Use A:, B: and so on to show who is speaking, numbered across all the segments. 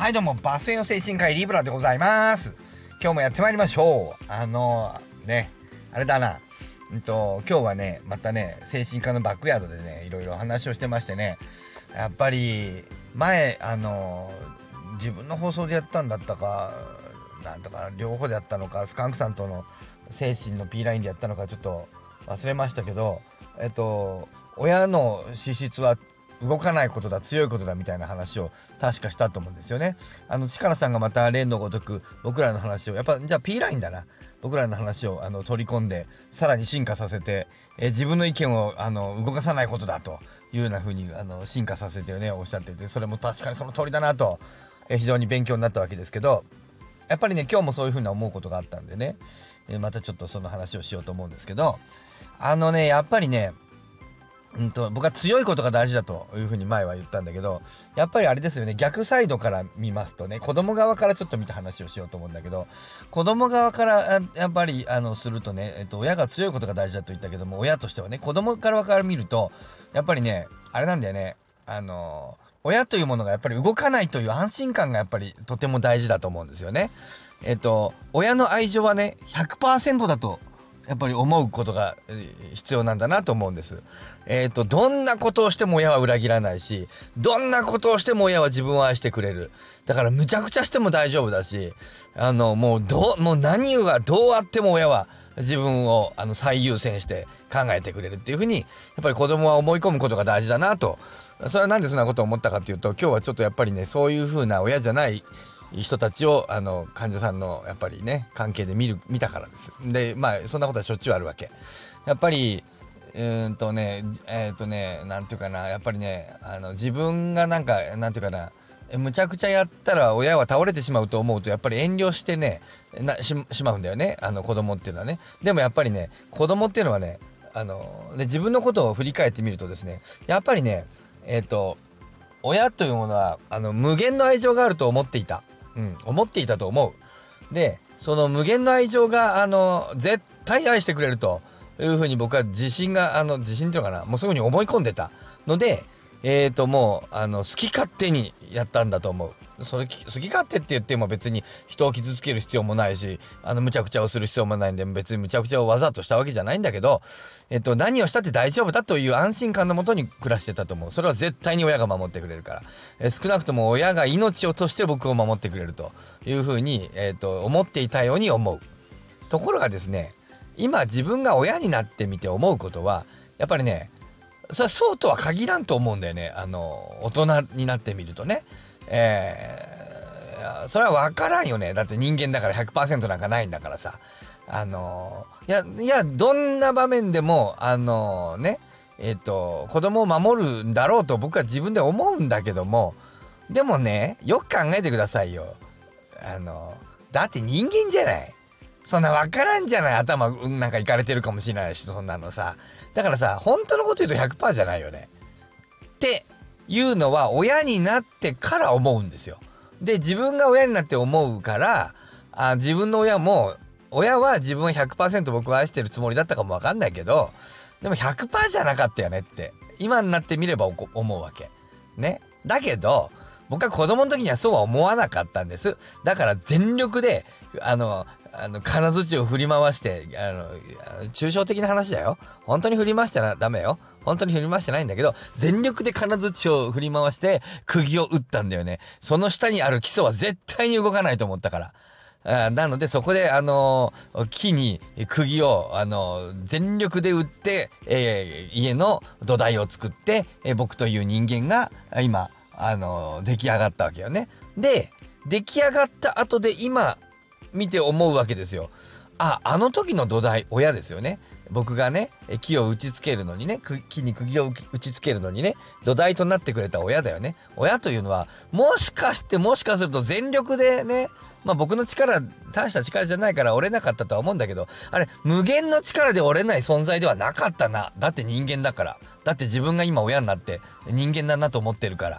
A: はいどうも、バスへの精神科医リブラでございます。今日もやってまいりましょう。あれだな。今日はね、またね、精神科のバックヤードでね、いろいろ話をしてましてね、やっぱり、前、自分の放送でやったんだったか、なんとか、両方でやったのか、スカンクさんとの精神の P ラインでやったのか、ちょっと忘れましたけど、親の資質は動かないことだ、強いことだみたいな話を確かしたと思うんですよね。力さんがまた例のごとく僕らの話を、やっぱじゃあ P ラインだな、僕らの話を取り込んでさらに進化させて、自分の意見を動かさないことだというような風に進化させてね、おっしゃってて、それも確かにその通りだなと、非常に勉強になったわけですけど、やっぱりね、今日もそういう風な思うことがあったんでね、またちょっとその話をしようと思うんですけど、やっぱりね、僕は強いことが大事だというふうに前は言ったんだけど、やっぱりあれですよね、逆サイドから見ますとね、子供側からちょっと見た話をしようと思うんだけど、子供側からやっぱりするとね、親が強いことが大事だと言ったけども、親としてはね、子供から見るとやっぱりね、あれなんだよね、親というものがやっぱり動かないという安心感がやっぱりとても大事だと思うんですよね。親の愛情はね 100% だとやっぱり思うことが必要なんだなと思うんです。どんなことをしても親は裏切らないし、どんなことをしても親は自分を愛してくれる。だからむちゃくちゃしても大丈夫だし、もう何がどうあっても親は自分を最優先して考えてくれるっていうふうに、やっぱり子供は思い込むことが大事だなと。それはなんでそんなことを思ったかっていうと、今日はちょっとやっぱりね、そういうふうな親じゃない人たちを患者さんのやっぱりね関係で見たからです。でそんなことはしょっちゅうあるわけ。やっぱりなんていうかな、やっぱりね自分がなんていうかな、むちゃくちゃやったら親は倒れてしまうと思うと、やっぱり遠慮してねしまうんだよね、子供っていうのはね。でもやっぱりね、子供っていうのはね自分のことを振り返ってみるとですね、やっぱりね親というものは無限の愛情があると思っていた。思っていたと思う。で、その無限の愛情が絶対愛してくれるというふうに僕は自信っていうのかな、もうそういうふうに思い込んでたので、もう好き勝手にやったんだと思う。それ好き勝手って言っても別に人を傷つける必要もないし、むちゃくちゃをする必要もないんで、別にむちゃくちゃをわざとしたわけじゃないんだけど、何をしたって大丈夫だという安心感のもとに暮らしてたと思う。それは絶対に親が守ってくれるから、少なくとも親が命を落として僕を守ってくれるというふうに、思っていたように思う。ところがですね、今自分が親になってみて思うことは、やっぱりね、そうとは限らんと思うんだよね。大人になってみるとね、それは分からんよね。だって人間だから 100% なんかないんだからさ。どんな場面でも子供を守るんだろうと僕は自分で思うんだけども、でもね、よく考えてくださいよ。だって人間じゃない。そんな分からんじゃない。頭なんかいかれてるかもしれないし、そんなのさ。だからさ、本当のこと言うと 100% じゃないよねっていうのは親になってから思うんですよ。で、自分が親になって思うから、自分の親は自分を 100% 僕を愛してるつもりだったかも分かんないけど、でも 100% じゃなかったよねって今になってみれば思うわけね。だけど僕は子供の時にはそうは思わなかったんです。だから全力で金槌を振り回して、抽象的な話だよ。本当に振り回してダメよ。本当に振り回してないんだけど、全力で金槌を振り回して釘を打ったんだよね。その下にある基礎は絶対に動かないと思ったから。なのでそこで木に釘を全力で打って、家の土台を作って、僕という人間が今出来上がったわけよね。で、出来上がった後で今見て思うわけですよ。あの時の土台、親ですよね。僕がね木を打ちつけるのにね、木に釘を打ちつけるのにね、土台となってくれた親だよね。親というのはもしかすると全力でね、僕の力大した力じゃないから折れなかったとは思うんだけど、あれ無限の力で折れない存在ではなかったな。だって人間だから。だって自分が今親になって人間だなと思ってるから。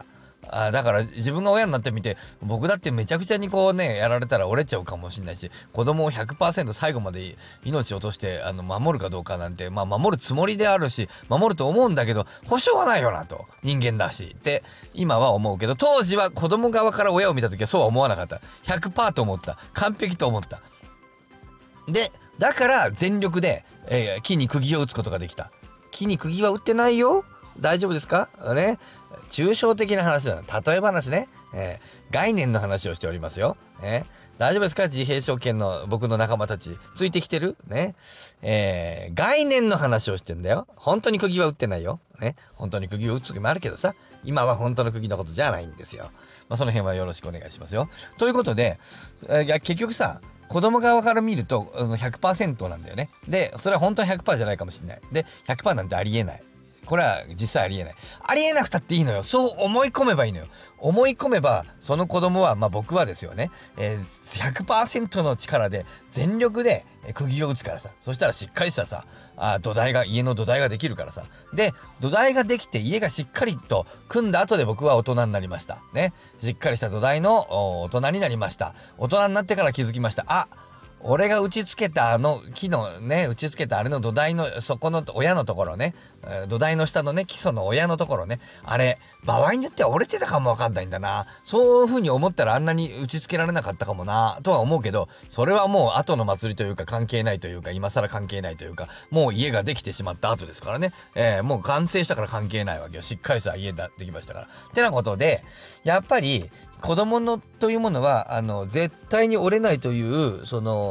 A: だから自分が親になってみて、僕だってめちゃくちゃにこうねやられたら折れちゃうかもしれないし、子供を 100% 最後まで命を落として守るかどうかなんて、守るつもりであるし守ると思うんだけど、保証はないよなと、人間だしって今は思うけど、当時は子供側から親を見た時はそうは思わなかった。 100% と思った。完璧と思った。でだから全力で、木に釘を打つことができた。木に釘は打ってないよ、大丈夫ですかね。抽象的な話だ。例え話ね、概念の話をしておりますよ、大丈夫ですか、自閉症圏の僕の仲間たちついてきてるね。概念の話をしてんだよ。本当に釘は打ってないよ、本当に釘を打つ時もあるけどさ、今は本当の釘のことじゃないんですよ。その辺はよろしくお願いしますよ。ということで、結局さ、子供側から見ると100% なんだよね。でそれは本当は 100% じゃないかもしれない。で 100% なんてありえない。これは実際ありえない。ありえなくたっていいのよ。そう思い込めばいいのよ。思い込めばその子供は、僕はですよね、100% の力で全力で釘を打つからさ。そしたらしっかりしたさ、家の土台ができるからさ。で土台ができて家がしっかりと組んだ後で僕は大人になりましたね。しっかりした土台の大人になりました。大人になってから気づきました。俺が打ち付けた木のね、打ち付けたあれの土台のそこの親のところね、土台の下のね、基礎の親のところね、あれ場合によっては折れてたかもわかんないんだな。そういう風に思ったらあんなに打ち付けられなかったかもなとは思うけど、それはもう後の祭りというか関係ないというか、今更関係ないというか、もう家ができてしまった後ですからね、もう完成したから関係ないわけよ。しっかりした家できましたから。ってなことで、やっぱり子供のというものは絶対に折れないという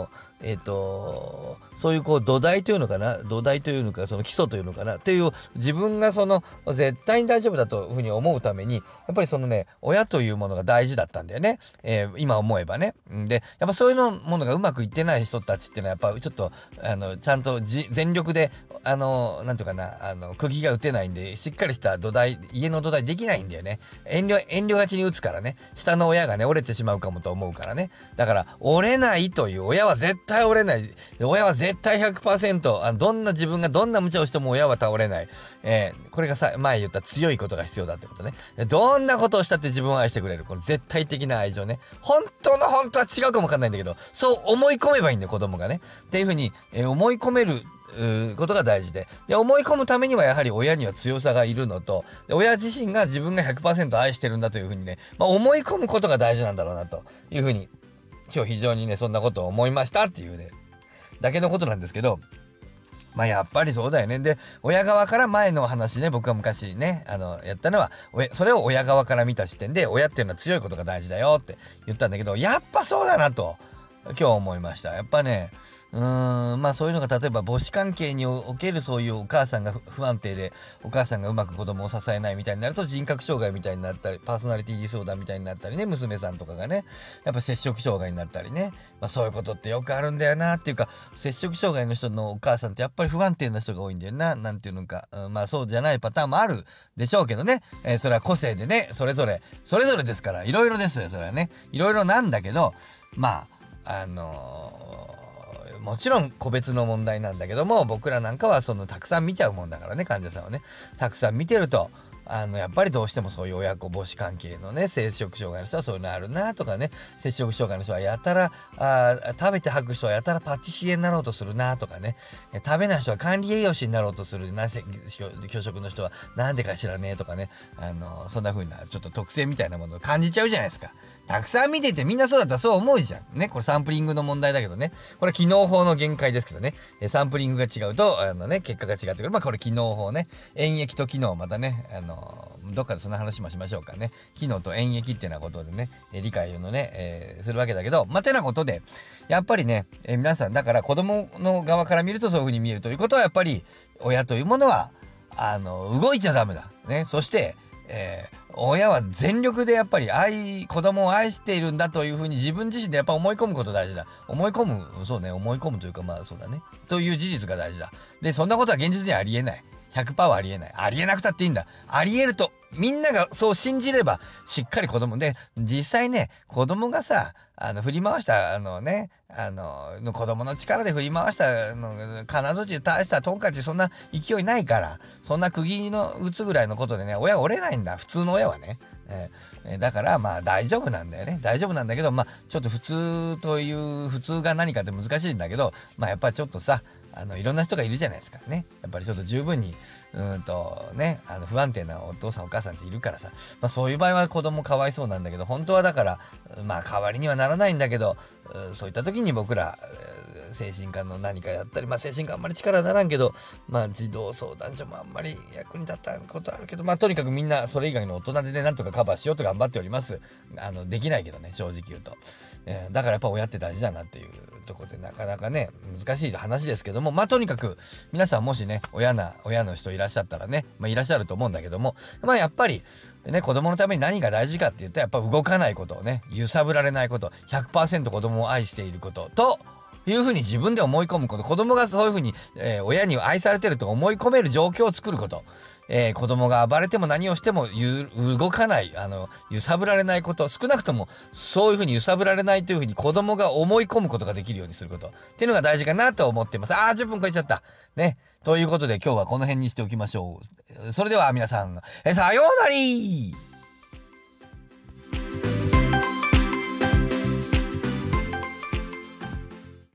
A: そういう土台というのかな、その基礎というのかなっていう、自分が絶対に大丈夫だというふうに思うために、やっぱり親というものが大事だったんだよね、今思えばね。でやっぱそういうものがうまくいってない人たちっていうのはやっぱちょっとちゃんと全力でなんていうかな、釘が打てないんで、しっかりした家の土台できないんだよね。遠慮がちに打つからね、下の親がね折れてしまうかもと思うからね。だから折れないという、親は絶対折れない、親は絶対 100%、自分がどんな無茶をしても親は倒れない、これが前言った強いことが必要だってことね。どんなことをしたって自分を愛してくれる、この絶対的な愛情ね。本当は違うかもわかんないんだけど、そう思い込めばいいんだよ、子供がね。っていうふうに、思い込めることが大事で、思い込むためにはやはり親には強さがいるのと、親自身が自分が 100% 愛してるんだというふうにね、思い込むことが大事なんだろうなというふうに、今日非常にねそんなことを思いましたっていうねだけのことなんですけど、やっぱりそうだよね。で親側から前の話ね、僕が昔ねやったのはそれを親側から見た視点で、親っていうのは強いことが大事だよって言ったんだけど、やっぱそうだなと今日思いました。やっぱねそういうのが例えば母子関係におけるそういうお母さんが不安定で、お母さんがうまく子供を支えないみたいになると人格障害みたいになったり、パーソナリティディソーダーみたいになったりね、娘さんとかがねやっぱ摂食障害になったりね、そういうことってよくあるんだよなっていうか、摂食障害の人のお母さんってやっぱり不安定な人が多いんだよな、なんていうのか、そうじゃないパターンもあるでしょうけどね、それは個性でね、それぞれですから、いろいろですよ、それはね、いろいろなんだけど、もちろん個別の問題なんだけども、僕らなんかはたくさん見ちゃうもんだからね、患者さんはねたくさん見てるとやっぱりどうしてもそういう親子母子関係のね、摂食障害の人はそういうのあるなとかね、摂食障害の人はやたら食べて吐く人はやたらパティシエになろうとするなとかね、食べない人は管理栄養士になろうとするな、教職の人はなんでかしらねとかね、そんな風なちょっと特性みたいなものを感じちゃうじゃないですか。たくさん見ててみんなそうだったらそう思うじゃんね。これサンプリングの問題だけどね、これ機能法の限界ですけどね、サンプリングが違うと結果が違ってくる。これ機能法ね、演疫と機能、またねどっかでそんな話もしましょうかね。機能と演疫っていうようなことでね理解をね、するわけだけど、てなことでやっぱりね、皆さんだから子供の側から見るとそういう風に見えるということは、やっぱり親というものは動いちゃダメだね。そして親は全力でやっぱり子供を愛しているんだというふうに自分自身でやっぱ思い込むこと大事だ。思い込むというかそうだねという事実が大事だ。でそんなことは現実にはありえない。100% はありえない。ありえなくたっていいんだ。ありえるとみんながそう信じればしっかり子供で、実際ね子供がさ振り回した子供の力で振り回した金槌大したトンカチそんな勢いないから、そんな釘の打つぐらいのことでね親が折れないんだ、普通の親はね。 だからまあ大丈夫なんだよね。大丈夫なんだけど、まあちょっと普通が何かって難しいんだけど、まあやっぱりちょっとさ、いろんな人がいるじゃないですかね。やっぱりちょっと十分に不安定なお父さんお母さんっているからさ、まあそういう場合は子供かわいそうなんだけど、本当はだからまあ代わりにはならないんだけど、そういった時に僕ら精神科の何かやったり、まあ精神科あんまり力にならんけど、まあ児童相談所もあんまり役に立ったことあるけど、まあとにかくみんなそれ以外の大人でね、なんとかカバーしようと頑張っております。できないけどね、正直言うと、だからやっぱ親って大事だなっていうところで、なかなかね難しい話ですけども、まあとにかく皆さんもしね親の人いらっしゃったらね、まあいらっしゃると思うんだけども、まあやっぱりね、子供のために何が大事かって言ったら、やっぱ動かないことをね、揺さぶられないこと、100% 子供を愛していることというふうに自分で思い込むこと、子供がそういうふうに、親に愛されてると思い込める状況を作ること、子供が暴れても何をしても動かない、揺さぶられないこと、少なくともそういうふうに揺さぶられないというふうに子供が思い込むことができるようにすることっていうのが大事かなと思ってます。10分超えちゃったね。ということで今日はこの辺にしておきましょう。それでは皆さん、さようなら。